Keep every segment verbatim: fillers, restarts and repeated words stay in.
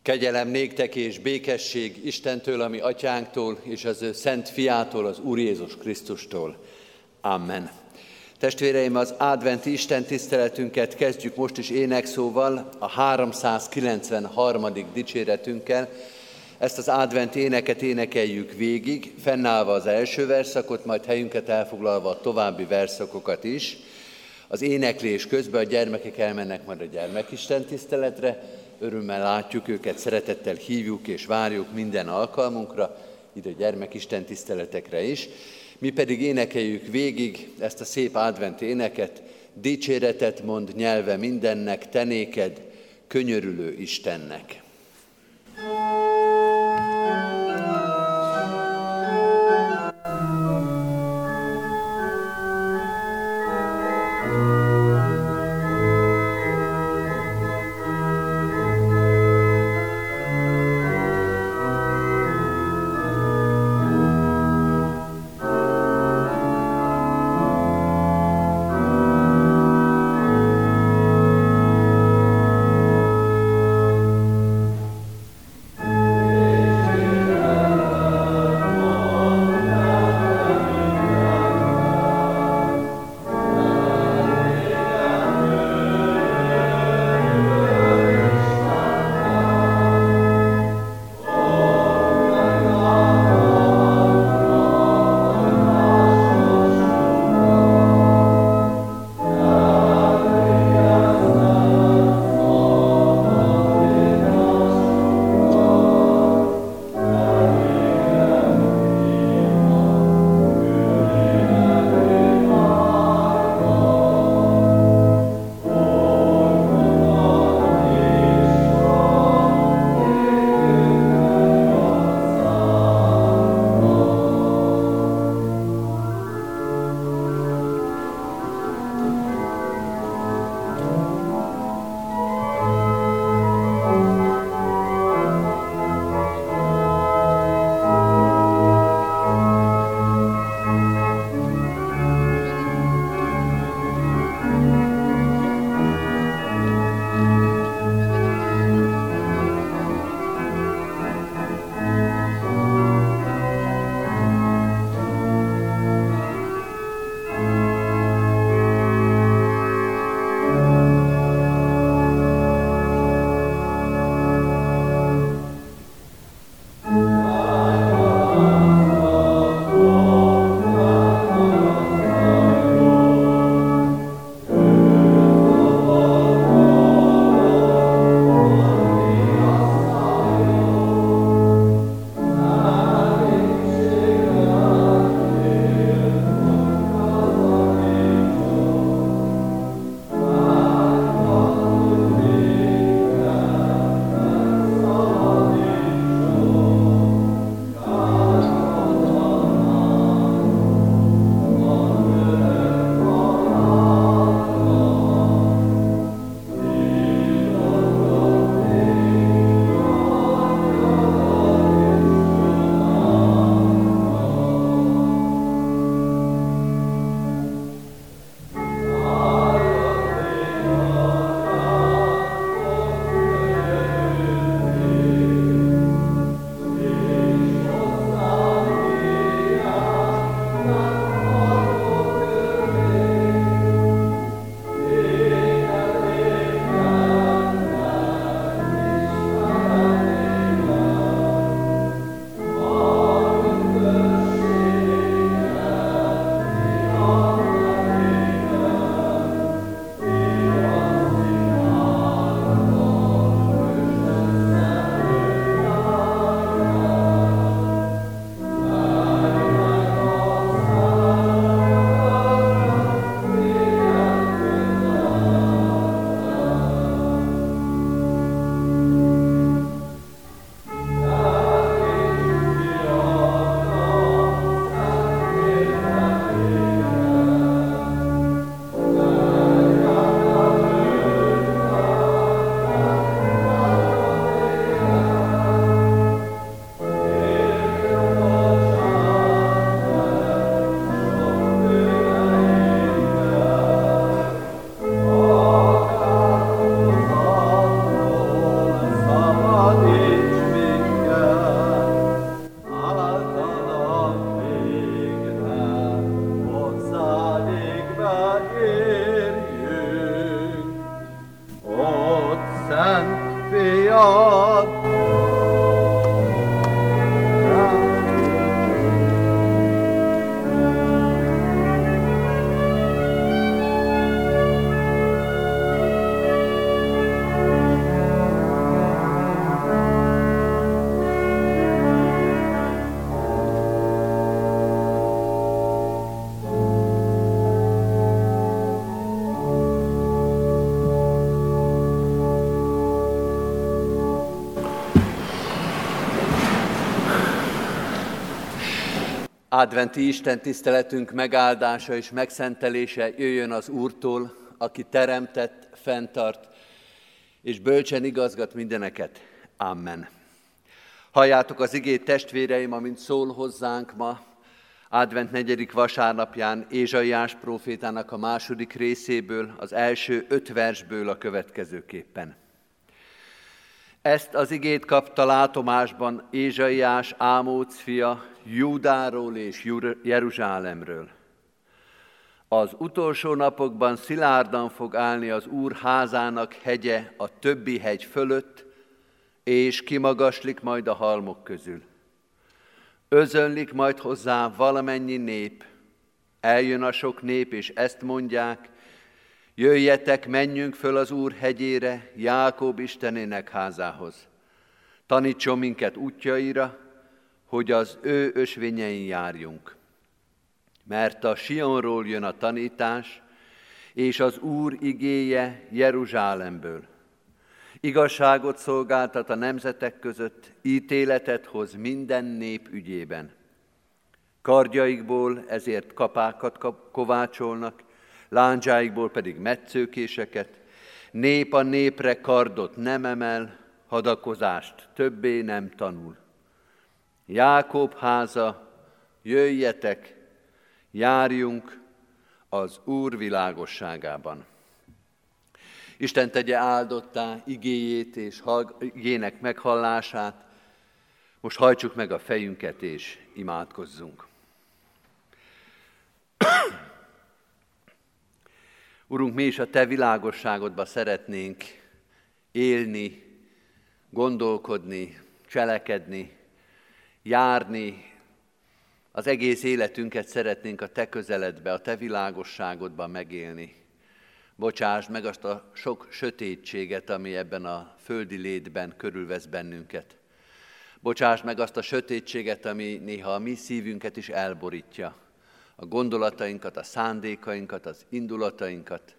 Kegyelem néktek és békesség Istentől, ami atyánktól, és az ő szent fiától, az Úr Jézus Krisztustól. Amen. Testvéreim, az adventi Isten tiszteletünket kezdjük most is énekszóval, a háromszázkilencvenharmadik dicséretünkkel. Ezt az adventi éneket énekeljük végig, fennállva az első verszakot, majd helyünket elfoglalva a további verszakokat is. Az éneklés közben a gyermekek elmennek majd a gyermekisten tiszteletre, örömmel látjuk őket, szeretettel hívjuk és várjuk minden alkalmunkra, ide a gyermekisten tiszteletekre is. Mi pedig énekeljük végig ezt a szép advent éneket, dicséretet mond nyelve mindennek, te néked, könyörülő Istennek. Thank you. Adventi Isten tiszteletünk megáldása és megszentelése jöjjön az Úrtól, aki teremtett, fenntart, és bölcsen igazgat mindeneket. Amen. Halljátok az igét, testvéreim, amint szól hozzánk ma, Advent negyedik vasárnapján Ézsaiás prófétának a második részéből, az első öt versből a következőképpen. Ezt az igét kapta látomásban Ézsaiás, Ámóc fia, Júdáról és Jeruzsálemről. Az utolsó napokban szilárdan fog állni az Úr házának hegye a többi hegy fölött, és kimagaslik majd a halmok közül. Özönlik majd hozzá valamennyi nép, eljön a sok nép, és ezt mondják: jöjjetek, menjünk föl az Úr hegyére, Jákob Istenének házához. Tanítson minket útjaira, hogy az ő ösvényein járjunk. Mert a Sionról jön a tanítás, és az Úr igéje Jeruzsálemből. Igazságot szolgáltat a nemzetek között, ítéletet hoz minden nép ügyében. Kardjaikból ezért kapákat kovácsolnak, láncsáikból pedig metszőkéseket. Nép a népre kardot nem emel, hadakozást többé nem tanul. Jákob háza, jöjjetek, járjunk az Úr világosságában. Isten tegye áldottá igéjét és igének meghallását. Most hajtsuk meg a fejünket és imádkozzunk. Urunk, mi is a Te világosságodba szeretnénk élni, gondolkodni, cselekedni, járni. Az egész életünket szeretnénk a Te közeledbe, a Te világosságodban megélni. Bocsásd meg azt a sok sötétséget, ami ebben a földi létben körülvesz bennünket. Bocsásd meg azt a sötétséget, ami néha a mi szívünket is elborítja. A gondolatainkat, a szándékainkat, az indulatainkat.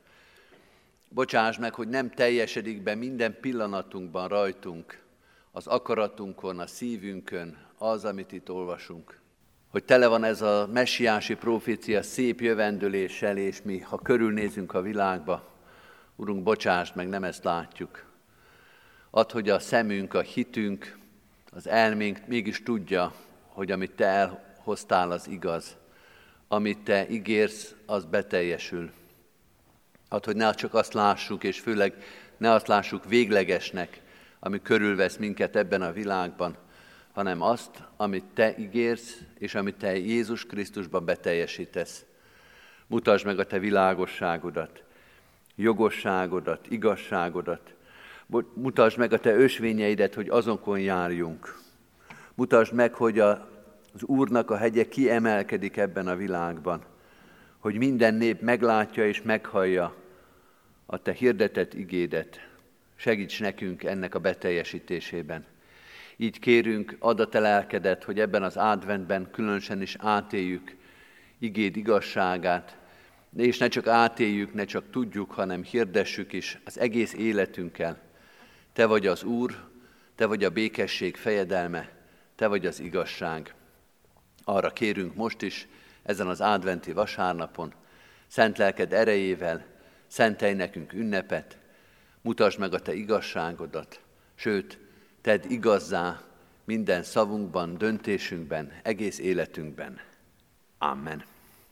Bocsásd meg, hogy nem teljesedik be minden pillanatunkban rajtunk, az akaratunkon, a szívünkön, az, amit itt olvasunk. Hogy tele van ez a messiási profécia szép jövendőléssel, és mi, ha körülnézünk a világba, Urunk, bocsásd meg, nem ezt látjuk. Add, hogy a szemünk, a hitünk, az elménk mégis tudja, hogy amit Te elhoztál, az igaz. Amit Te ígérsz, az beteljesül. Add, hogy ne csak azt lássuk, és főleg ne azt lássuk véglegesnek, ami körülvesz minket ebben a világban, hanem azt, amit Te ígérsz, és amit Te Jézus Krisztusban beteljesítesz. Mutasd meg a Te világosságodat, jogosságodat, igazságodat. Mutasd meg a Te ösvényeidet, hogy azonkon járjunk. Mutasd meg, hogy a, az Úrnak a hegye kiemelkedik ebben a világban, hogy minden nép meglátja és meghallja a Te hirdetett igédet. Segíts nekünk ennek a beteljesítésében. Így kérünk, add a Te lelkedet, hogy ebben az adventben különösen is átéljük igéd igazságát, és ne csak átéljük, ne csak tudjuk, hanem hirdessük is az egész életünkkel. Te vagy az Úr, Te vagy a békesség fejedelme, Te vagy az igazság. Arra kérünk most is, ezen az adventi vasárnapon, szent lelked erejével, szentelj nekünk ünnepet, mutasd meg a Te igazságodat, sőt, tedd igazzá minden szavunkban, döntésünkben, egész életünkben. Amen.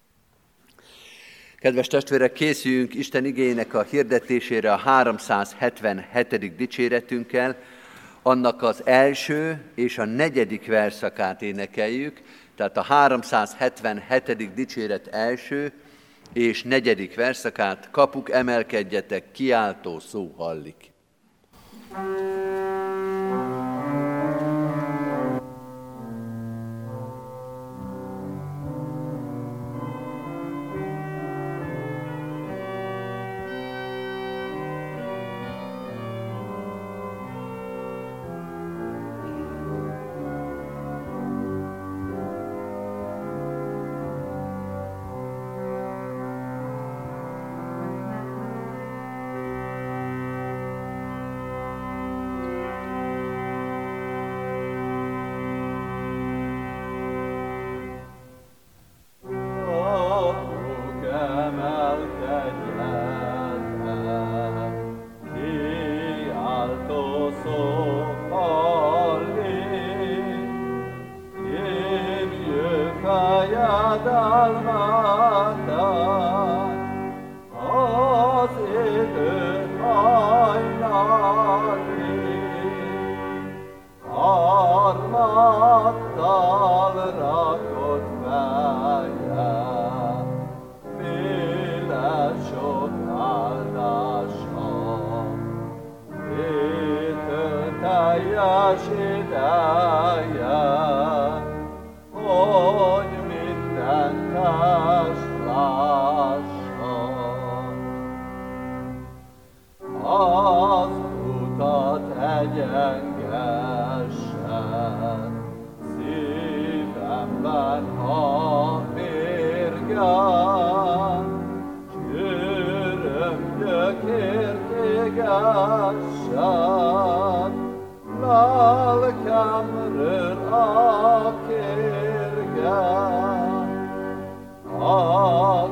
Kedves testvérek, készüljünk Isten igéjének a hirdetésére a háromszázhetvenhetedik dicséretünkkel, annak az első és a negyedik verszakát énekeljük, tehát a háromszázhetvenhetedik dicséret első és negyedik verszakát. Kapuk, emelkedjetek, kiáltó szó hallik. az idő hajnali, harmattal rakott feje, féle sok áldása, étől teljes ideje, hogy minden test lássa. Az utat egyengessen, szívemben a mérgen, s örömgyök értégessen, lelkemről a kérgen. A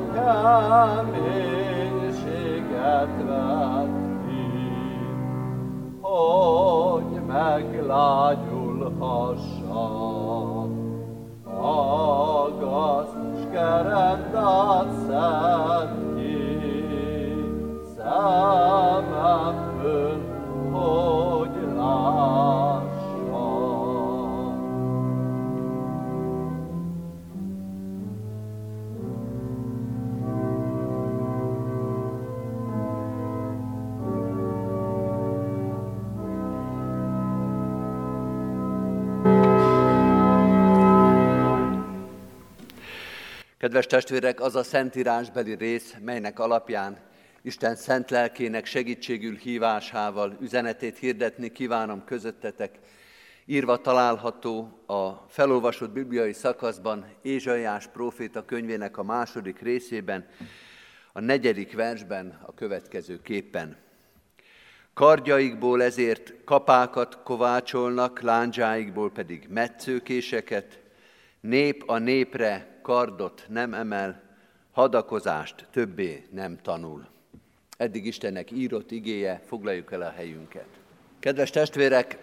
keménységet vett ki, hogy meglágyulhassak. Aggaszt s gerendát szed ki, szememből, hogy lássak. Kedves testvérek, az a szentírásbeli rész, melynek alapján Isten szent lelkének segítségül hívásával üzenetét hirdetni kívánom közöttetek, írva található a felolvasott bibliai szakaszban, Ézsaiás próféta könyvének a második részében, a negyedik versben a következő képpen. Kardjaikból ezért kapákat kovácsolnak, lándzsáikból pedig metszőkéseket, nép a népre kardot nem emel, hadakozást többé nem tanul. Eddig Istennek írott igéje, foglaljuk el a helyünket. Kedves testvérek,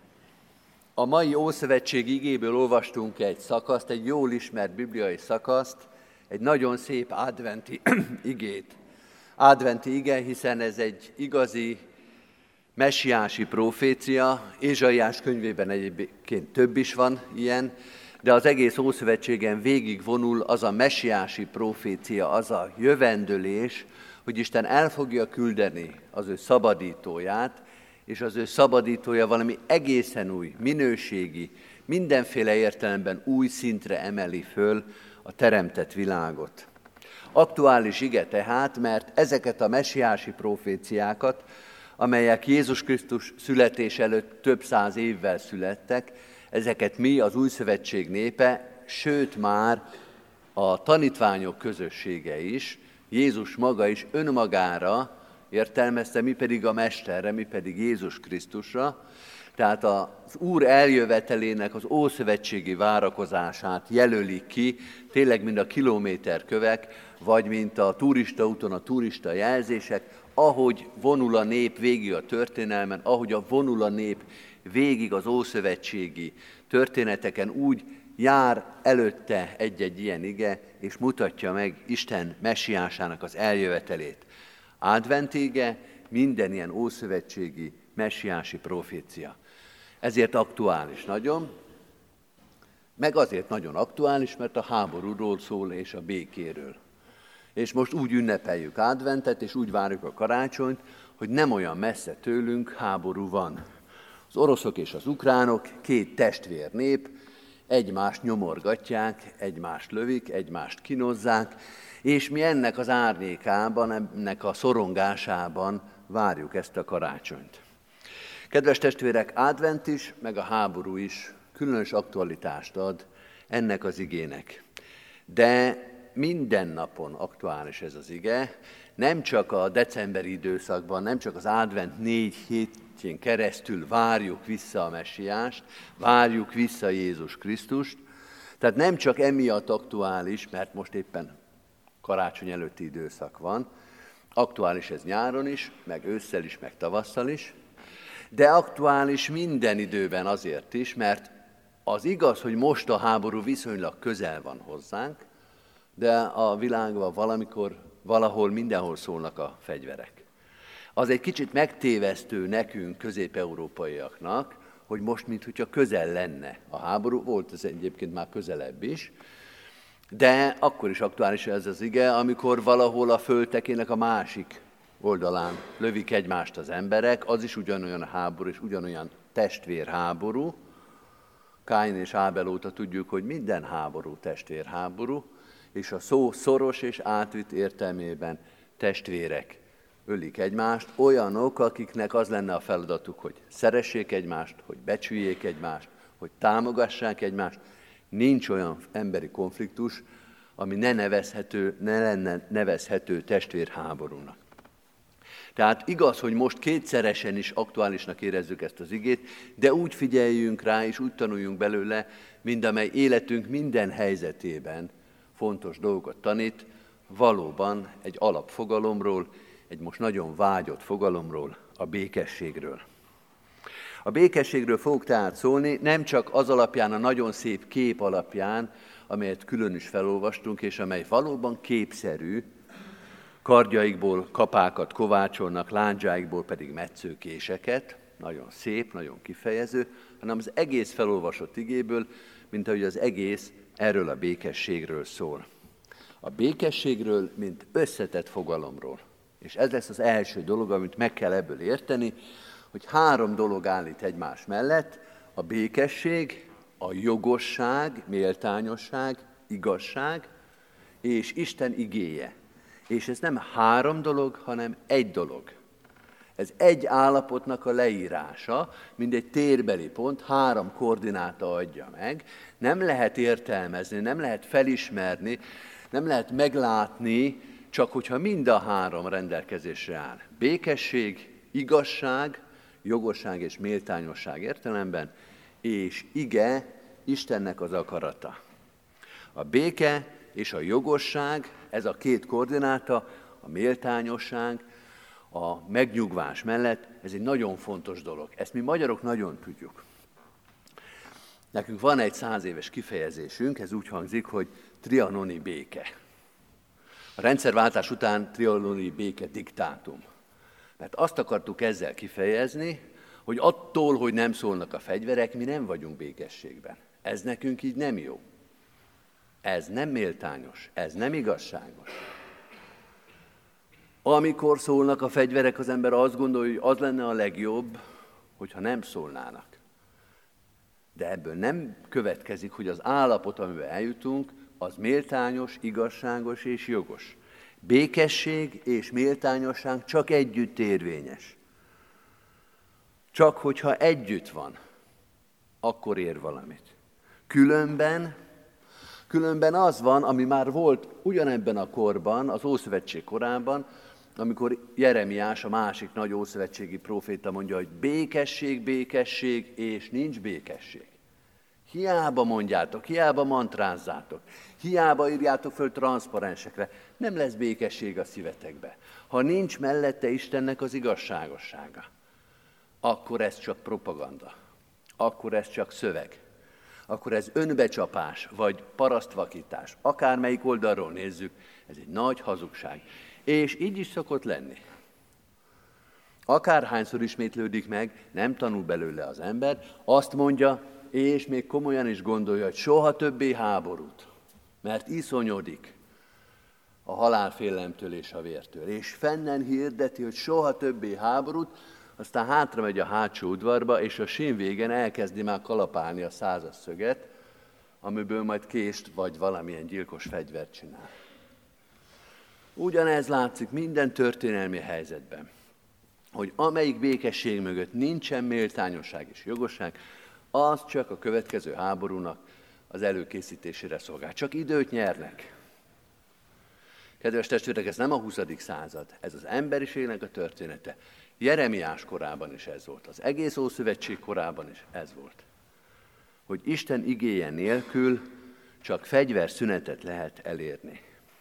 a mai Ószövetség igéből olvastunk egy szakaszt, egy jól ismert bibliai szakaszt, egy nagyon szép adventi igét. Adventi ige, hiszen ez egy igazi messiási profécia, Ézsaiás könyvében egyébként több is van ilyen, de az egész Ószövetségen végig vonul az a messiási profécia, az a jövendőlés, hogy Isten el fogja küldeni az ő szabadítóját, és az ő szabadítója valami egészen új, minőségi, mindenféle értelemben új szintre emeli föl a teremtett világot. Aktuális ige tehát, mert ezeket a messiási proféciákat, amelyek Jézus Krisztus születés előtt több száz évvel születtek, ezeket mi, az Új Szövetség népe, sőt már a tanítványok közössége is, Jézus maga is önmagára értelmezte, mi pedig a Mesterre, mi pedig Jézus Krisztusra. Tehát az Úr eljövetelének az ószövetségi várakozását jelölik ki, tényleg mint a kilométerkövek, vagy mint a turistaúton a turista jelzések, ahogy vonul a nép végig a történelmen, ahogy a vonul a nép végig az ószövetségi történeteken, úgy jár előtte egy-egy ilyen ige, és mutatja meg Isten messiásának az eljövetelét. Advent ige, minden ilyen ószövetségi messiási profécia. Ezért aktuális nagyon, meg azért nagyon aktuális, mert a háborúról szól és a békéről. És most úgy ünnepeljük adventet, és úgy várjuk a karácsonyt, hogy nem olyan messze tőlünk háború van. Az oroszok és az ukránok, két testvérnép, egymást nyomorgatják, egymást lövik, egymást kínozzák, és mi ennek az árnyékában, ennek a szorongásában várjuk ezt a karácsonyt. Kedves testvérek, advent is, meg a háború is különös aktualitást ad ennek az igének. De minden napon aktuális ez az ige, nem csak a decemberi időszakban, nem csak az advent négy hétjén keresztül várjuk vissza a messiást, várjuk vissza Jézus Krisztust, tehát nem csak emiatt aktuális, mert most éppen karácsony előtti időszak van, aktuális ez nyáron is, meg ősszel is, meg tavasszal is, de aktuális minden időben azért is, mert az igaz, hogy most a háború viszonylag közel van hozzánk, de a világban valamikor, valahol, mindenhol szólnak a fegyverek. Az egy kicsit megtévesztő nekünk, közép-európaiaknak, hogy most, minthogyha közel lenne a háború, volt ez egyébként már közelebb is, de akkor is aktuális ez az ige, amikor valahol a földtekének a másik oldalán lövik egymást az emberek, az is ugyanolyan háború és ugyanolyan testvérháború. Káin és Ábel óta tudjuk, hogy minden háború testvérháború, és a szó szoros és átvitt értelmében testvérek ölik egymást, olyanok, akiknek az lenne a feladatuk, hogy szeressék egymást, hogy becsüljék egymást, hogy támogassák egymást. Nincs olyan emberi konfliktus, ami ne nevezhető, ne lenne nevezhető testvérháborúnak. Tehát igaz, hogy most kétszeresen is aktuálisnak érezzük ezt az igét, de úgy figyeljünk rá, és úgy tanuljunk belőle, mind amely életünk minden helyzetében fontos dolgokat tanít, valóban egy alapfogalomról, egy most nagyon vágyott fogalomról, a békességről. A békességről fogok tehát szólni, nem csak az alapján, a nagyon szép kép alapján, amelyet külön is felolvastunk, és amely valóban képszerű, kardjaikból kapákat kovácsolnak, lándzsáikból pedig metszőkéseket, nagyon szép, nagyon kifejező, hanem az egész felolvasott igéből, mint ahogy az egész erről a békességről szól. A békességről, mint összetett fogalomról. És ez lesz az első dolog, amit meg kell ebből érteni, hogy három dolog állít egymás mellett, a békesség, a jogosság, méltányosság, igazság és Isten igéje. És ez nem három dolog, hanem egy dolog. Ez egy állapotnak a leírása, mint egy térbeli pont, három koordináta adja meg. Nem lehet értelmezni, nem lehet felismerni, nem lehet meglátni, csak hogyha mind a három rendelkezésre áll. Békesség, igazság, jogosság és méltányosság értelemben, és ige, Istennek az akarata. A béke és a jogosság, ez a két koordináta, a méltányosság, a megnyugvás mellett, ez egy nagyon fontos dolog. Ezt mi magyarok nagyon tudjuk. Nekünk van egy száz éves kifejezésünk, ez úgy hangzik, hogy trianoni béke. A rendszerváltás után trianoni béke diktátum. Mert azt akartuk ezzel kifejezni, hogy attól, hogy nem szólnak a fegyverek, mi nem vagyunk békességben. Ez nekünk így nem jó. Ez nem méltányos, ez nem igazságos. Amikor szólnak a fegyverek, az ember azt gondolja, hogy az lenne a legjobb, hogyha nem szólnának. De ebből nem következik, hogy az állapot, amiben eljutunk, az méltányos, igazságos és jogos. Békesség és méltányosság csak együtt érvényes. Csak hogyha együtt van, akkor ér valamit. Különben, különben az van, ami már volt ugyanebben a korban, az Ószövetség korában, amikor Jeremiás, a másik nagy ószövetségi próféta mondja, hogy békesség, békesség, és nincs békesség. Hiába mondjátok, hiába mantrázzátok, hiába írjátok föl transzparensekre, nem lesz békesség a szívetekbe. Ha nincs mellette Istennek az igazságossága, akkor ez csak propaganda, akkor ez csak szöveg, akkor ez önbecsapás, vagy parasztvakítás, akármelyik oldalról nézzük, ez egy nagy hazugság. És így is szokott lenni. Akárhányszor ismétlődik meg, nem tanul belőle az ember, azt mondja, és még komolyan is gondolja, hogy soha többé háborút, mert iszonyodik a halálfélelemtől és a vértől. És fennen hirdeti, hogy soha többé háborút, aztán hátra megy a hátsó udvarba, és a sín végén elkezdi már kalapálni a százas szöget, amiből majd kést vagy valamilyen gyilkos fegyvert csinál. Ugyanez látszik minden történelmi helyzetben, hogy amelyik békesség mögött nincsen méltányosság és jogosság, az csak a következő háborúnak az előkészítésére szolgál. Csak időt nyernek. Kedves testvérek, ez nem a huszadik század, ez az emberiségnek a története. Jeremiás korában is ez volt, az egész Ószövetség korában is ez volt. Hogy Isten igéje nélkül csak fegyverszünetet lehet elérni.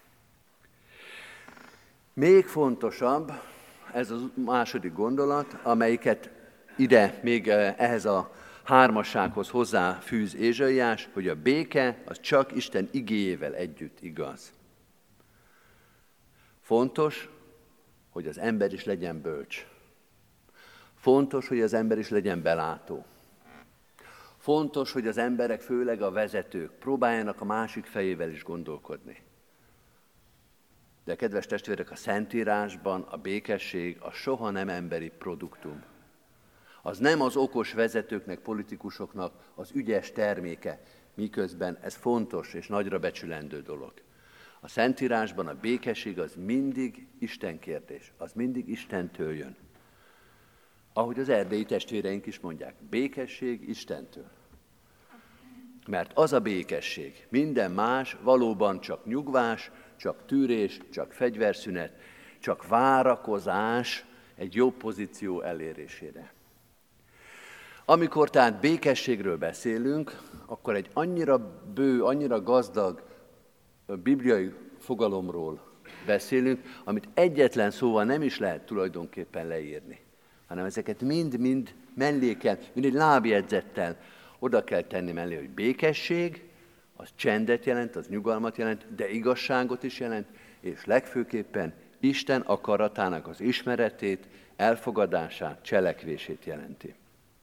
Még fontosabb, ez a második gondolat, amelyiket ide még ehhez a hármassághoz hozzáfűz Ézsaiás, hogy a béke az csak Isten igéjével együtt igaz. Fontos, hogy az ember is legyen bölcs. Fontos, hogy az ember is legyen belátó. Fontos, hogy az emberek, főleg a vezetők, próbáljanak a másik fejével is gondolkodni. De kedves testvérek, a Szentírásban a békesség az soha nem emberi produktum. Az nem az okos vezetőknek, politikusoknak az ügyes terméke, miközben ez fontos és nagyra becsülendő dolog. A Szentírásban a békesség az mindig Isten kérdés, az mindig Istentől jön. Ahogy az erdélyi testvéreink is mondják, békesség Istentől. Mert az a békesség, minden más valóban csak nyugvás, csak tűrés, csak fegyverszünet, csak várakozás egy jobb pozíció elérésére. Amikor tehát békességről beszélünk, akkor egy annyira bő, annyira gazdag bibliai fogalomról beszélünk, amit egyetlen szóval nem is lehet tulajdonképpen leírni, hanem ezeket mind-mind melléken, mind egy lábjegyzettel oda kell tenni mellé, hogy békesség, az csendet jelent, az nyugalmat jelent, de igazságot is jelent, és legfőképpen Isten akaratának az ismeretét, elfogadását, cselekvését jelenti.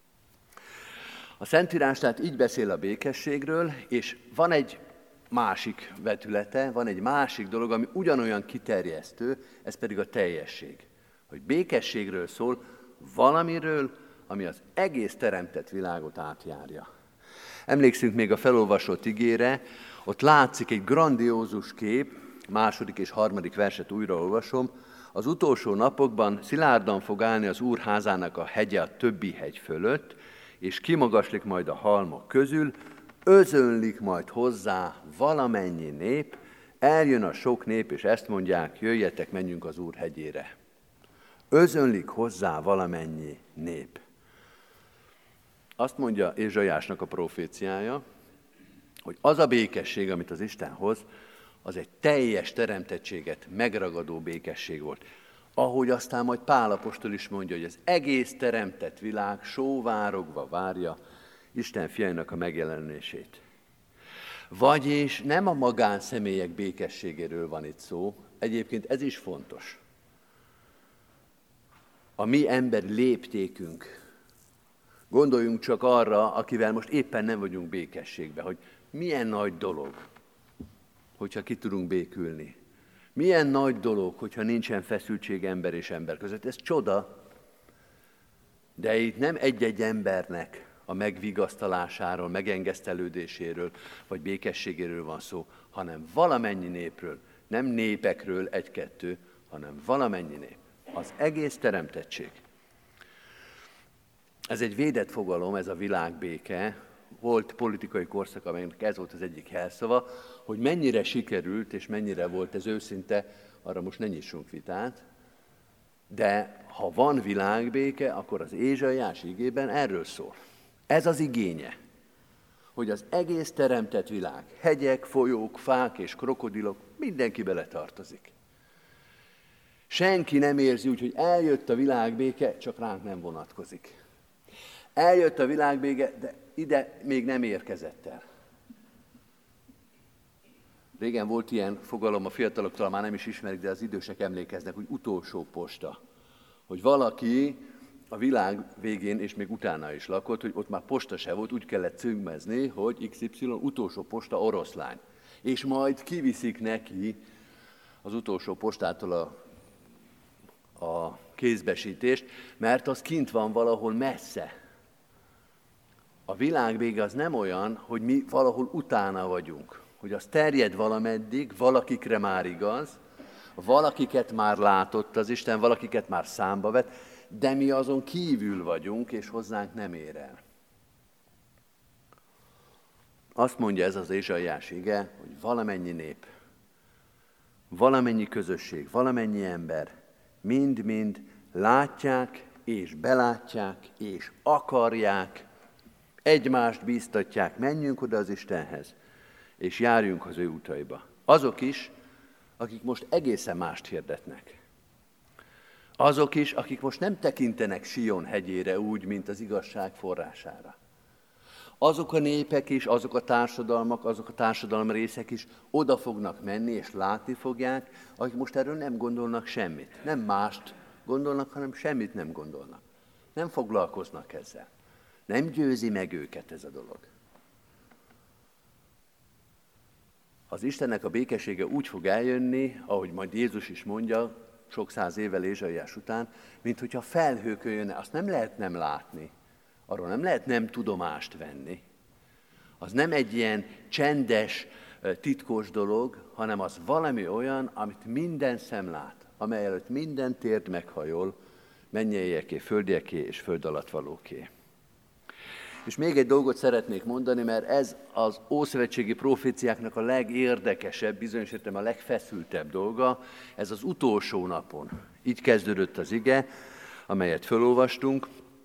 A Szentírás tehát így beszél a békességről, és van egy másik vetülete, van egy másik dolog, ami ugyanolyan kiterjesztő, ez pedig a teljesség. Hogy békességről szól, valamiről, ami az egész teremtett világot átjárja. Emlékszünk még a felolvasott igére, ott látszik egy grandiózus kép, második és harmadik verset újraolvasom, az utolsó napokban szilárdan fog állni az Úr házának a hegye a többi hegy fölött, és kimagaslik majd a halmok közül, özönlik majd hozzá valamennyi nép, eljön a sok nép, és ezt mondják, jöjjetek, menjünk az Úr hegyére. Özönlik hozzá valamennyi nép. Azt mondja Ézsaiásnak a proféciája, hogy az a békesség, amit az Isten hoz, az egy teljes teremtettséget megragadó békesség volt. Ahogy aztán majd Pál apostol is mondja, hogy az egész teremtett világ sóvárogva várja Isten fiainak a megjelenését. Vagyis nem a magánszemélyek békességéről van itt szó, egyébként ez is fontos. A mi emberi léptékünk, gondoljunk csak arra, akivel most éppen nem vagyunk békességben, hogy milyen nagy dolog, hogyha ki tudunk békülni. Milyen nagy dolog, hogyha nincsen feszültség ember és ember között. Ez csoda, de itt nem egy-egy embernek a megvigasztalásáról, megengesztelődéséről, vagy békességéről van szó, hanem valamennyi népről, nem népekről egy-kettő, hanem valamennyi nép. Az egész teremtettség. Ez egy védett fogalom, ez a világbéke. Volt politikai korszak, amelynek ez volt az egyik jelszava, hogy mennyire sikerült, és mennyire volt ez őszinte, arra most ne nyissunk vitát, de ha van világbéke, akkor az Ézsaiás igében erről szól. Ez az igénye, hogy az egész teremtett világ, hegyek, folyók, fák és krokodilok, mindenki beletartozik. Senki nem érzi úgy, hogy eljött a világbéke, csak ránk nem vonatkozik. Eljött a világbéke, de ide még nem érkezett el. Régen volt ilyen fogalom, a fiatalok talán már nem is ismerik, de az idősek emlékeznek, hogy utolsó posta. Hogy valaki a világ végén, és még utána is lakott, hogy ott már posta se volt, úgy kellett címezni, hogy iksz ipszilon utolsó posta oroszlány. És majd kiviszik neki az utolsó postától a, a kézbesítést, mert az kint van valahol messze. A világvége az nem olyan, hogy mi valahol utána vagyunk, hogy az terjed valameddig, valakikre már igaz, valakiket már látott az Isten, valakiket már számba vett, de mi azon kívül vagyunk, és hozzánk nem ér el. Azt mondja ez az Ézsaiás ige, hogy valamennyi nép, valamennyi közösség, valamennyi ember, mind-mind látják, és belátják, és akarják, egymást bíztatják, menjünk oda az Istenhez, és járjunk az ő útaiba. Azok is, akik most egészen mást hirdetnek. Azok is, akik most nem tekintenek Sion hegyére úgy, mint az igazság forrására. Azok a népek is, azok a társadalmak, azok a társadalom részek is oda fognak menni, és látni fogják, akik most erről nem gondolnak semmit. Nem mást gondolnak, hanem semmit nem gondolnak. Nem foglalkoznak ezzel. Nem győzi meg őket ez a dolog. Az Istennek a békessége úgy fog eljönni, ahogy majd Jézus is mondja, sok száz évvel Ézsaiás után, mint hogyha felhőkön jönne. Azt nem lehet nem látni. Arról nem lehet nem tudomást venni. Az nem egy ilyen csendes, titkos dolog, hanem az valami olyan, amit minden szem lát, amely előtt minden térd meghajol, mennyeieké, földieké és föld alatt valóké. És még egy dolgot szeretnék mondani, mert ez az ószövetségi proféciáknak a legérdekesebb, bizonyos értelemben a legfeszültebb dolga, ez az utolsó napon. Így kezdődött az ige, amelyet felolvastunk.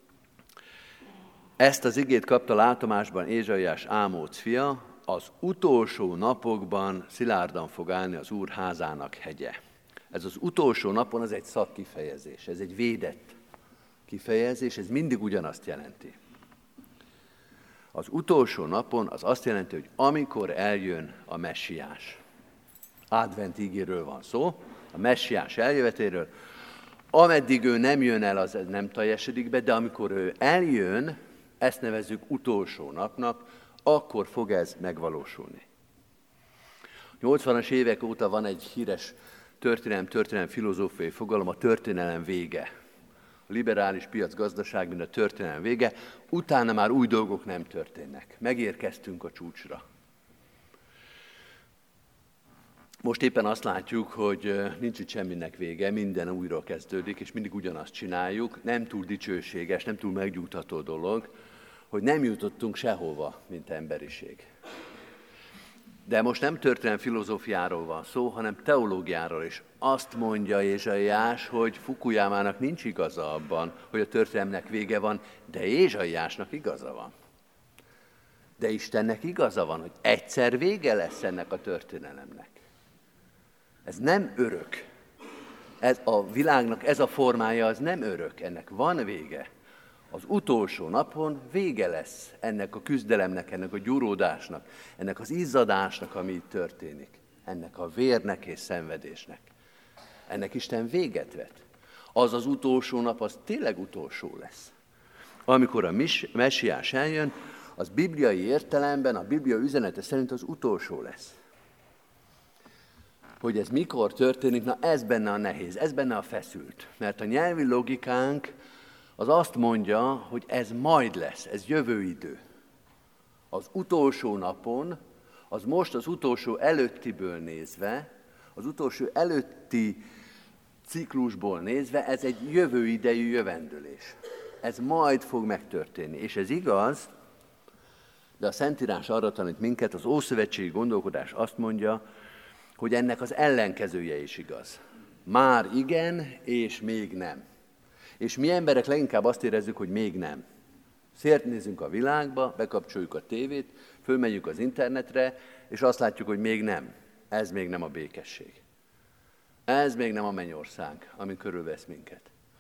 Ezt az igét kapta látomásban Ézsaiás, Ámóc fia, az utolsó napokban szilárdan fog állni az Úr házának hegye. Ez az utolsó napon, az egy szakkifejezés, ez egy védett kifejezés, ez mindig ugyanazt jelenti. Az utolsó napon az azt jelenti, hogy amikor eljön a messiás. Advent ígéről van szó, a messiás eljövetéről. Ameddig ő nem jön el, az nem teljesedik be, de amikor ő eljön, ezt nevezzük utolsó napnak, akkor fog ez megvalósulni. nyolcvanas évek óta van egy híres történelem, történelem filozófiai fogalom, a történelem vége. A liberális piacgazdaság, mint a történelem vége, utána már új dolgok nem történnek. Megérkeztünk a csúcsra. Most éppen azt látjuk, hogy nincs itt semminek vége, minden újra kezdődik, és mindig ugyanazt csináljuk. Nem túl dicsőséges, nem túl megnyugtató dolog, hogy nem jutottunk sehova, mint emberiség. De most nem történelmi filozófiáról van szó, hanem teológiáról is. Azt mondja Ézsaiás, hogy Fukuyamának nincs igaza abban, hogy a történelemnek vége van, de Ézsaiásnak igaza van. De Istennek igaza van, hogy egyszer vége lesz ennek a történelemnek. Ez nem örök. Ez a világnak ez a formája, az nem örök, ennek van vége. Az utolsó napon vége lesz ennek a küzdelemnek, ennek a gyúródásnak, ennek az izzadásnak, ami itt történik, ennek a vérnek és szenvedésnek. Ennek Isten véget vet. Az az utolsó nap, az tényleg utolsó lesz. Amikor a messiás eljön, az bibliai értelemben, a Biblia üzenete szerint az utolsó lesz. Hogy ez mikor történik, na ez benne a nehéz, ez benne a feszült. Mert a nyelvi logikánk az azt mondja, hogy ez majd lesz, ez jövő idő. Az utolsó napon, az most az utolsó előttiből nézve, az utolsó előtti ciklusból nézve, ez egy jövő idejű jövendőlés. Ez majd fog megtörténni. És ez igaz, de a Szentírás arra tanít minket, az ószövetségi gondolkodás azt mondja, hogy ennek az ellenkezője is igaz. Már igen, és még nem. És mi emberek leginkább azt érezzük, hogy még nem. Szétnézünk a világba, bekapcsoljuk a tévét, fölmegyünk az internetre, és azt látjuk, hogy még nem. Ez még nem a békesség. Ez még nem a mennyország, ami körülvesz minket.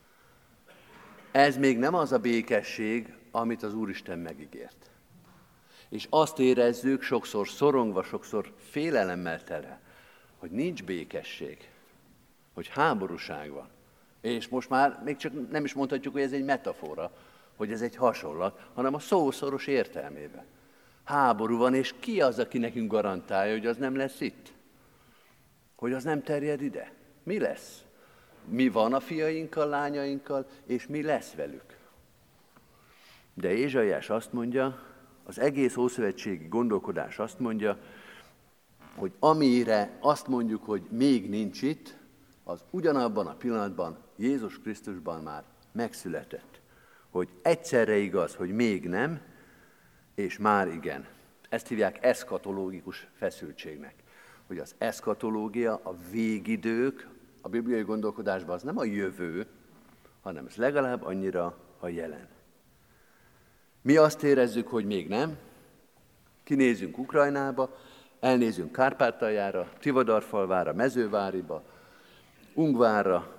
Ez még nem az a békesség, amit az Úristen megígért. És azt érezzük, sokszor szorongva, sokszor félelemmel tele, hogy nincs békesség, hogy háborúság van. És most már még csak nem is mondhatjuk, hogy ez egy metafora, hogy ez egy hasonlat, hanem a szószoros értelmében. Háború van, és ki az, aki nekünk garantálja, hogy az nem lesz itt? Hogy az nem terjed ide? Mi lesz? Mi van a fiainkkal, lányainkkal, és mi lesz velük? De Ézsaiás azt mondja, az egész ószövetségi gondolkodás azt mondja, hogy amire azt mondjuk, hogy még nincs itt, az ugyanabban a pillanatban Jézus Krisztusban már megszületett. Hogy egyszerre igaz, hogy még nem, és már igen. Ezt hívják eszkatológikus feszültségnek. Hogy az eszkatológia, a végidők, a bibliai gondolkodásban az nem a jövő, hanem ez legalább annyira a jelen. Mi azt érezzük, hogy még nem. Kinézünk Ukrajnába, elnézünk Kárpátaljára, Tivadarfalvára, Mezőváriba, Ungvárra,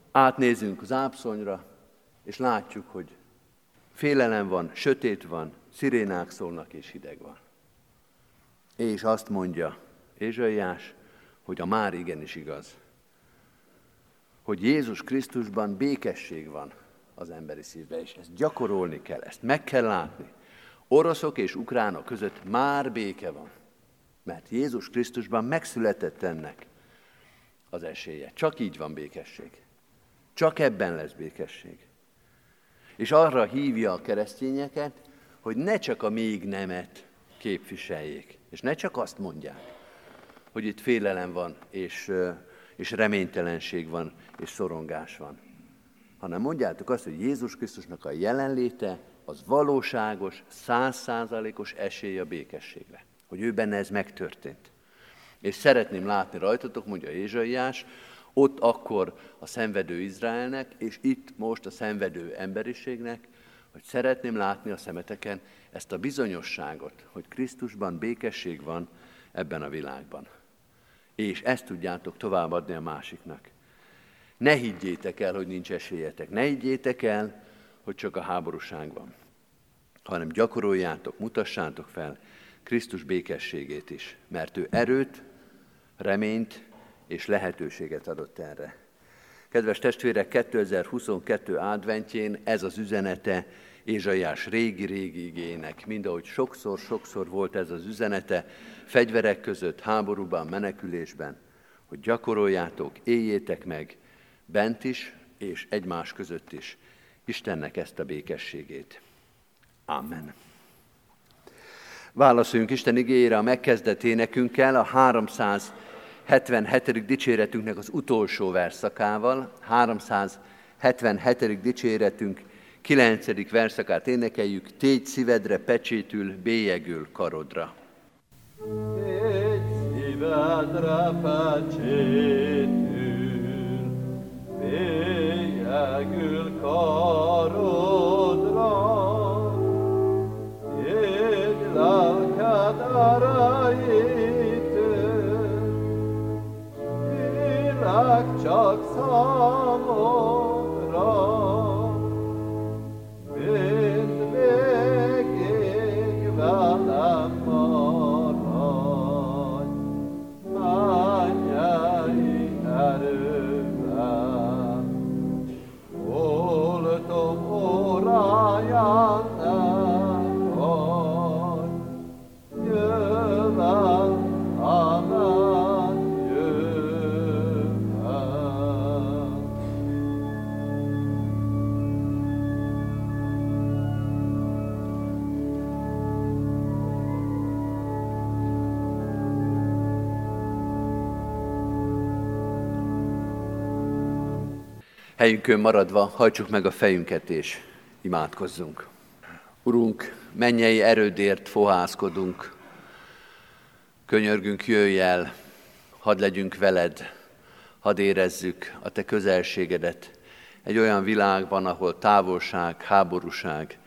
átnézünk Zápszonyra, és látjuk, hogy félelem van, sötét van, szirénák szólnak és hideg van. És azt mondja Ézsaiás, hogy a már igenis igaz. Hogy Jézus Krisztusban békesség van az emberi szívben, és ezt gyakorolni kell, ezt meg kell látni. Oroszok és ukránok között már béke van, mert Jézus Krisztusban megszületett ennek az esélye. Csak így van békesség. Csak ebben lesz békesség. És arra hívja a keresztényeket, hogy ne csak a még nemet képviseljék, és ne csak azt mondják, hogy itt félelem van, és, és reménytelenség van, és szorongás van, hanem mondjátok azt, hogy Jézus Krisztusnak a jelenléte az valóságos, százszázalékos esély a békességre. Hogy ő benne ez megtörtént. És szeretném látni rajtatok, mondja Ézsaiás, ott akkor a szenvedő Izraelnek, és itt most a szenvedő emberiségnek, hogy szeretném látni a szemeteken ezt a bizonyosságot, hogy Krisztusban békesség van ebben a világban. És ezt tudjátok továbbadni a másiknak. Ne higgyétek el, hogy nincs esélyetek. Ne higgyétek el, hogy csak a háborúság van, hanem gyakoroljátok, mutassátok fel Krisztus békességét is, mert ő erőt, reményt és lehetőséget adott erre. Kedves testvérek, kétezer-huszonkettő adventjén ez az üzenete Ézsaiás régi-régi igének, mindahogy sokszor-sokszor volt ez az üzenete, fegyverek között, háborúban, menekülésben, hogy gyakoroljátok, éljétek meg bent is és egymás között is Istennek ezt a békességét. Amen. Válaszoljunk Isten igéjére a megkezdett énekünkkel, a háromszázhetvenhetedik dicséretünknek az utolsó verszakával. háromszázhetvenhetedik dicséretünk kilencedik verszakát énekeljük, tégy szívedre pecsétül, bélyegül karodra. Tégy szívedre pecsétül, bélyegül karodra, tégy lelked erejétől, élek csak számodra, mind végig velem maradj, mennyei erőben, voltom óráján nem vagy, jövel, amen, jövel. Helyünkön maradva hajtsuk meg a fejünket és imádkozzunk. Urunk, mennyei erődért fohászkodunk, könyörgünk, jöjj el, hadd legyünk veled, hadd érezzük a te közelségedet egy olyan világban, ahol távolság, háborúság,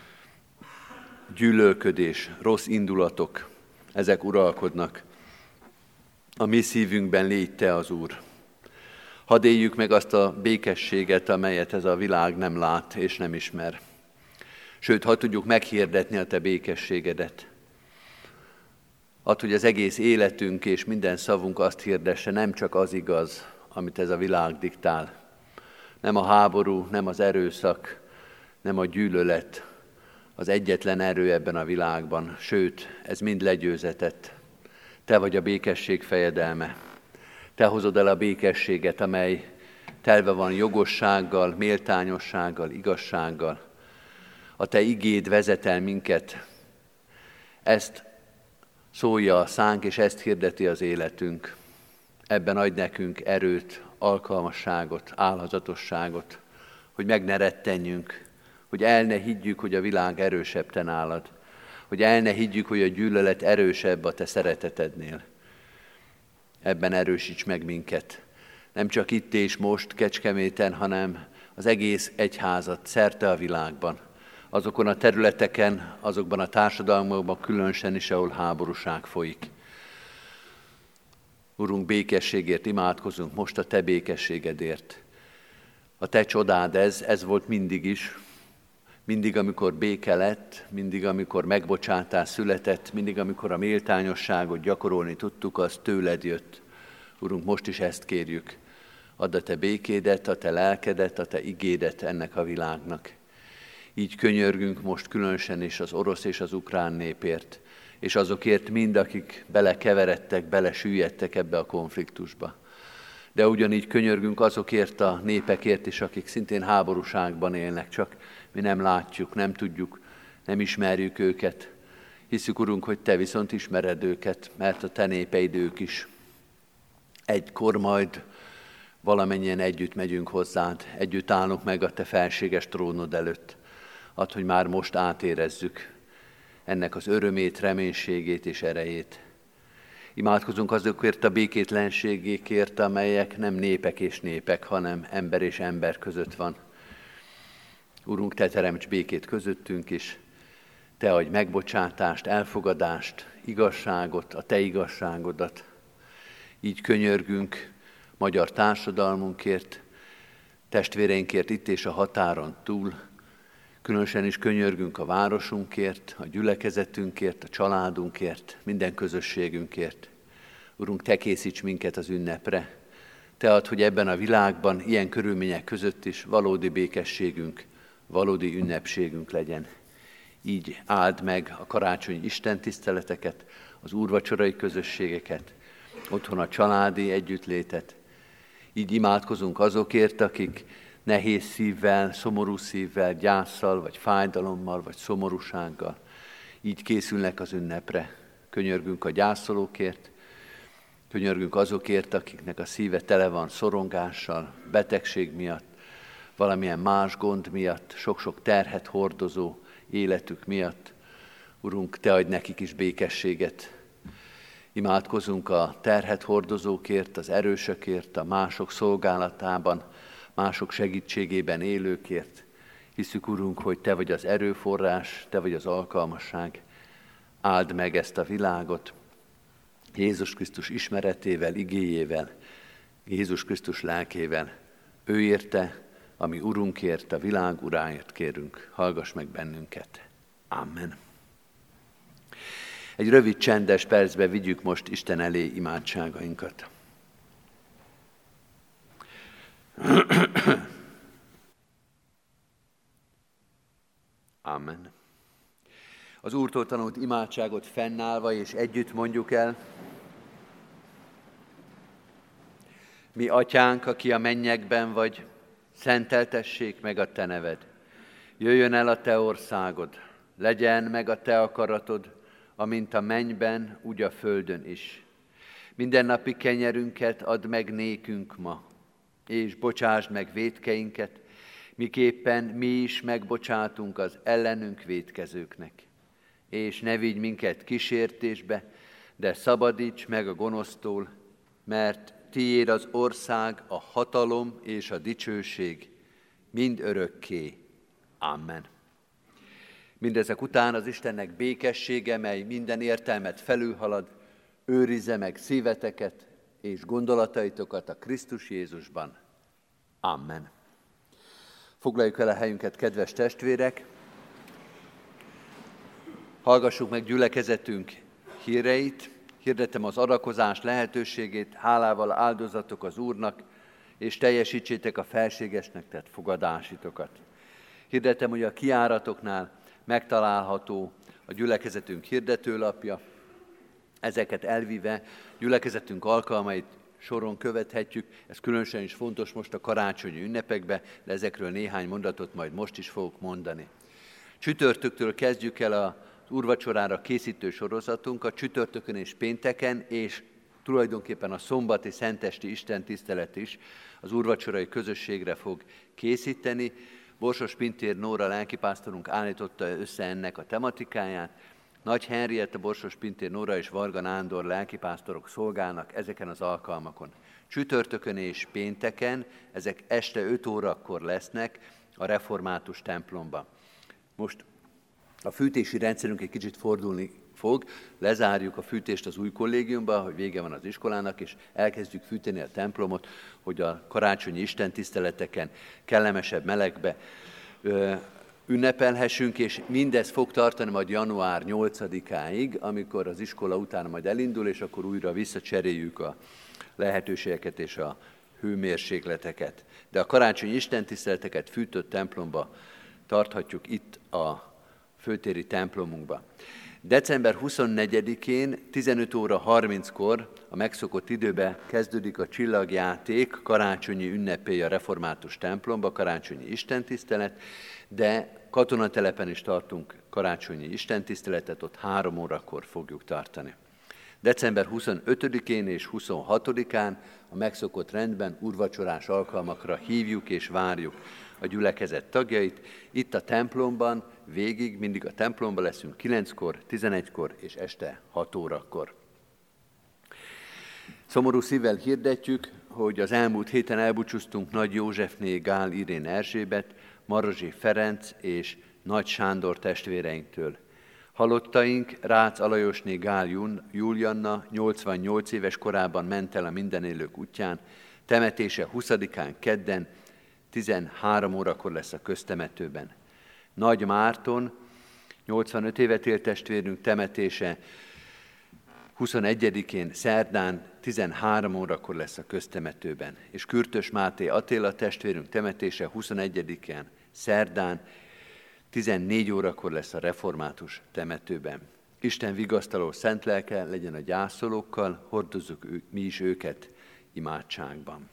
gyűlölködés, rossz indulatok, ezek uralkodnak. A mi szívünkben légy te az Úr. Hadd éljük meg azt a békességet, amelyet ez a világ nem lát és nem ismer. Sőt, hadd tudjuk meghirdetni a te békességedet. Add, hogy az egész életünk és minden szavunk azt hirdesse, nem csak az igaz, amit ez a világ diktál. Nem a háború, nem az erőszak, nem a gyűlölet, az egyetlen erő ebben a világban. Sőt, ez mind legyőzetett. Te vagy a békesség fejedelme. Te hozod el a békességet, amely telve van jogossággal, méltányossággal, igazsággal. A te igéd vezet el minket. Ezt szólja a szánk, és ezt hirdeti az életünk. Ebben adj nekünk erőt, alkalmasságot, álhazatosságot, hogy meg ne rettenjünk, hogy el ne higgyük, hogy a világ erősebb te nálad, hogy el ne higgyük, hogy a gyűlölet erősebb a te szeretetednél. Ebben erősíts meg minket. Nem csak itt és most Kecskeméten, hanem az egész egyházat szerte a világban. Azokon a területeken, azokban a társadalmakban különösen is, ahol háborúság folyik. Urunk, békességért imádkozunk, most a te békességedért. A te csodád ez, ez volt mindig is. Mindig, amikor béke lett, mindig, amikor megbocsátás született, mindig, amikor a méltányosságot gyakorolni tudtuk, az tőled jött. Urunk, most is ezt kérjük. Add a te békédet, a te lelkedet, a te igédet ennek a világnak. Így könyörgünk most különösen is az orosz és az ukrán népért, és azokért mind, akik belekeveredtek, belesüllyedtek ebbe a konfliktusba. De ugyanígy könyörgünk azokért a népekért is, akik szintén háborúságban élnek, csak mi nem látjuk, nem tudjuk, nem ismerjük őket. Hiszük, Urunk, hogy te viszont ismered őket, mert a te népeid ők is. Egykor majd valamennyien együtt megyünk hozzád, együtt állunk meg a te felséges trónod előtt. Add, hogy már most átérezzük ennek az örömét, reménységét és erejét. Imádkozunk azokért a békétlenségékért, amelyek nem népek és népek, hanem ember és ember között van. Urunk, te teremts békét közöttünk is, te adj megbocsátást, elfogadást, igazságot, a te igazságodat. Így könyörgünk magyar társadalmunkért, testvéreinkért itt és a határon túl, különösen is könyörgünk a városunkért, a gyülekezetünkért, a családunkért, minden közösségünkért. Urunk, te készíts minket az ünnepre. Te add, hogy ebben a világban, ilyen körülmények között is valódi békességünk, valódi ünnepségünk legyen. Így áld meg a karácsonyi istentiszteleteket, az úrvacsorai közösségeket, otthon a családi együttlétet. Így imádkozunk azokért, akik nehéz szívvel, szomorú szívvel, gyásszal, vagy fájdalommal, vagy szomorúsággal így készülnek az ünnepre. Könyörgünk a gyászolókért, könyörgünk azokért, akiknek a szíve tele van szorongással, betegség miatt, valamilyen más gond miatt, sok-sok terhet hordozó életük miatt. Urunk, te adj nekik is békességet. Imádkozunk a terhet hordozókért, az erősökért, a mások szolgálatában, mások segítségében élőkért. Hiszük, Urunk, hogy te vagy az erőforrás, te vagy az alkalmasság. Áld meg ezt a világot Jézus Krisztus ismeretével, igéjével, Jézus Krisztus lelkével. Ő érte, ami Urunkért, a világ uráért kérünk. Hallgass meg bennünket. Amen. Egy rövid csendes percbe vigyük most Isten elé imádságainkat. Amen. Az Úrtól tanult imádságot fennállva és együtt mondjuk el. Mi atyánk, aki a mennyekben vagy, szenteltessék meg a te neved. Jöjjön el a te országod, legyen meg a te akaratod, amint a mennyben, úgy a földön is. Mindennapi kenyerünket add meg nékünk ma, és bocsásd meg vétkeinket, miképpen mi is megbocsátunk az ellenünk vétkezőknek. És ne vigy minket kísértésbe, de szabadíts meg a gonosztól, mert tiéd az ország, a hatalom és a dicsőség mind örökké. Amen. Mindezek után az Istennek békessége, mely minden értelmet felülhalad, őrizze meg szíveteket és gondolataitokat a Krisztus Jézusban. Amen. Foglaljuk el a helyünket, kedves testvérek! Hallgassuk meg gyülekezetünk híreit, hirdetem az adakozás lehetőségét, hálával áldozatok az Úrnak, és teljesítsétek a felségesnek tett fogadásitokat. Hirdetem, hogy a kijáratoknál megtalálható a gyülekezetünk hirdetőlapja, ezeket elvive gyülekezetünk alkalmait soron követhetjük, ez különösen is fontos most a karácsonyi ünnepekben, de ezekről néhány mondatot majd most is fogok mondani. Csütörtöktől kezdjük el az úrvacsorára készítő sorozatunkat, csütörtökön és pénteken, és tulajdonképpen a szombati szentesti istentisztelet is az úrvacsorai közösségre fog készíteni. Borsos Pintér Nóra lelkipásztorunk állította össze ennek a tematikáját. Nagy Henrietta, Borsos Pintér Nóra és Varga Nándor lelkipásztorok szolgálnak ezeken az alkalmakon. Csütörtökön és pénteken, ezek este öt órakor lesznek a református templomban. Most a fűtési rendszerünk egy kicsit fordulni fog, lezárjuk a fűtést az új kollégiumba, hogy vége van az iskolának, és elkezdjük fűteni a templomot, hogy a karácsonyi istentiszteleteken kellemesebb melegbe ö, ünnepelhessünk, és mindez fog tartani majd január nyolcadikáig, amikor az iskola után majd elindul, és akkor újra visszacseréljük a lehetőségeket és a hőmérsékleteket. De a karácsonyi istentiszteleteket fűtött templomba tarthatjuk itt a főtéri templomunkba. december huszonnegyedikén tizenöt óra harminckor a megszokott időben kezdődik a csillagjáték, karácsonyi ünnepély a református templomba, karácsonyi istentisztelet, de katonatelepen is tartunk karácsonyi istentiszteletet, ott három órakor fogjuk tartani. december huszonötödikén és huszonhatodikán a megszokott rendben úrvacsorás alkalmakra hívjuk és várjuk a gyülekezet tagjait. Itt a templomban végig, mindig a templomban leszünk kilenckor, tizenegykor és este hat órakor. Szomorú szívvel hirdetjük, hogy az elmúlt héten elbúcsúztunk Nagy Józsefné, Gál Irén Erzsébet, Marozsi Ferenc és Nagy Sándor testvéreinktől. Halottaink Rácz Alajosné, Gál Julianna nyolcvannyolc éves korában ment el a mindenélők útján, temetése huszadikán kedden, tizenhárom órakor lesz a köztemetőben. Nagy Márton, nyolcvanöt évet élt testvérünk, temetése huszonegyedikén szerdán, tizenhárom órakor lesz a köztemetőben. És Kürtös Máté Attila testvérünk temetése huszonegyedikén szerdán, tizennégy órakor lesz a református temetőben. Isten vigasztaló szent lelke legyen a gyászolókkal, hordozzuk mi is őket imádságban.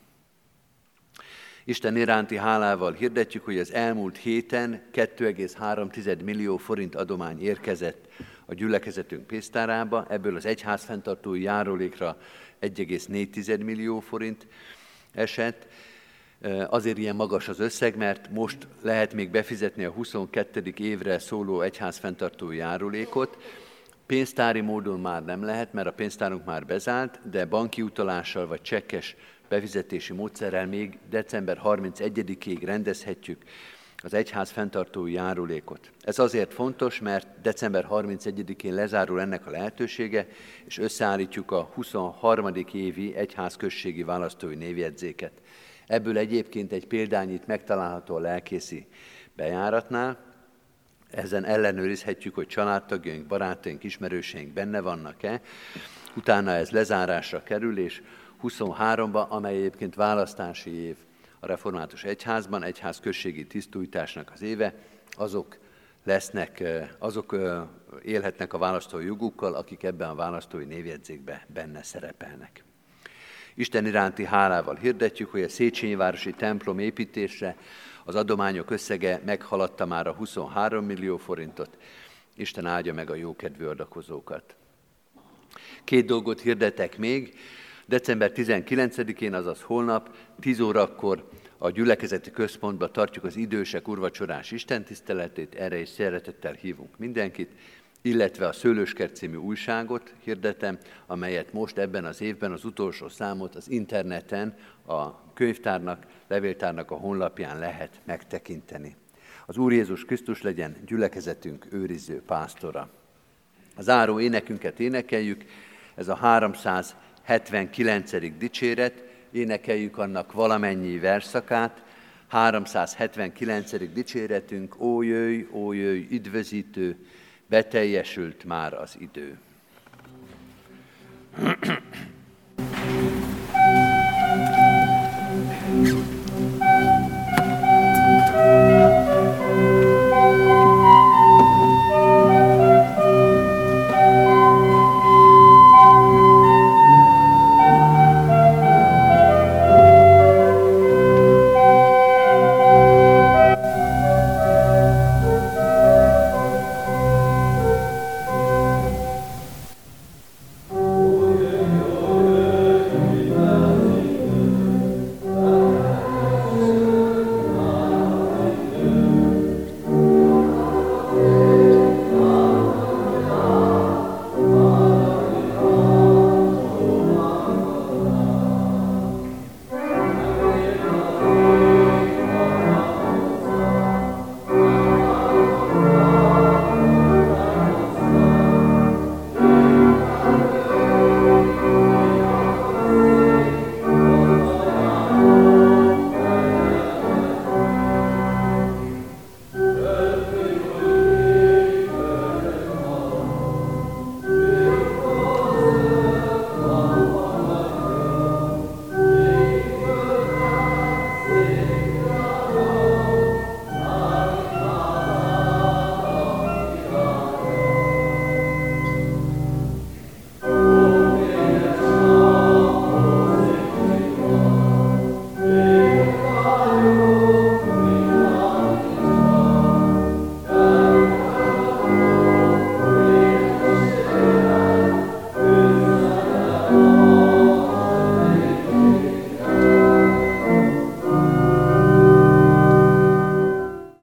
Isten iránti hálával hirdetjük, hogy az elmúlt héten két egész három millió forint adomány érkezett a gyülekezetünk pénztárába, ebből az egyház fenntartói járulékra egy egész négy millió forint esett. Azért ilyen magas az összeg, mert most lehet még befizetni a huszonkettedik évre szóló egyház fenntartói járulékot. Pénztári módon már nem lehet, mert a pénztárunk már bezárt, de banki utalással vagy csekkes befizetési módszerrel még december harmincegyedikéig rendezhetjük az egyház fenntartói járulékot. Ez azért fontos, mert december harmincegyedikén lezárul ennek a lehetősége, és összeállítjuk a huszonharmadik évi egyházközségi választói névjegyzéket. Ebből egyébként egy példányit megtalálható a lelkészi bejáratnál. Ezen ellenőrizhetjük, hogy családtagjaink, barátaink, ismerőseink benne vannak-e. Utána ez lezárásra kerül, és huszonháromban, amely egyébként választási év a református egyházban, egyház községi tisztújtásnak az éve, azok lesznek, azok élhetnek a választói jogukkal, akik ebben a választói névjegyzékben benne szerepelnek. Isten iránti hálával hirdetjük, hogy a Széchenyi városi templom építésre az adományok összege meghaladta már a huszonhárom millió forintot. Isten áldja meg a jókedvű adakozókat. Két dolgot hirdetek még. december tizenkilencedikén, azaz holnap, tíz órakor a gyülekezeti központba tartjuk az idősek urvacsorás istentiszteletét, erre is szeretettel hívunk mindenkit, illetve a Szőlőskert című újságot hirdetem, amelyet most ebben az évben az utolsó számot az interneten, a könyvtárnak, levéltárnak a honlapján lehet megtekinteni. Az Úr Jézus Krisztus legyen gyülekezetünk őriző pásztora. A záró énekünket énekeljük, ez a háromszázhetvenkilencedik dicséret, énekeljük annak valamennyi versszakát. háromszázhetvenkilencedik dicséretünk, ó jöjj, ó jöjj, üdvözítő, beteljesült már az idő.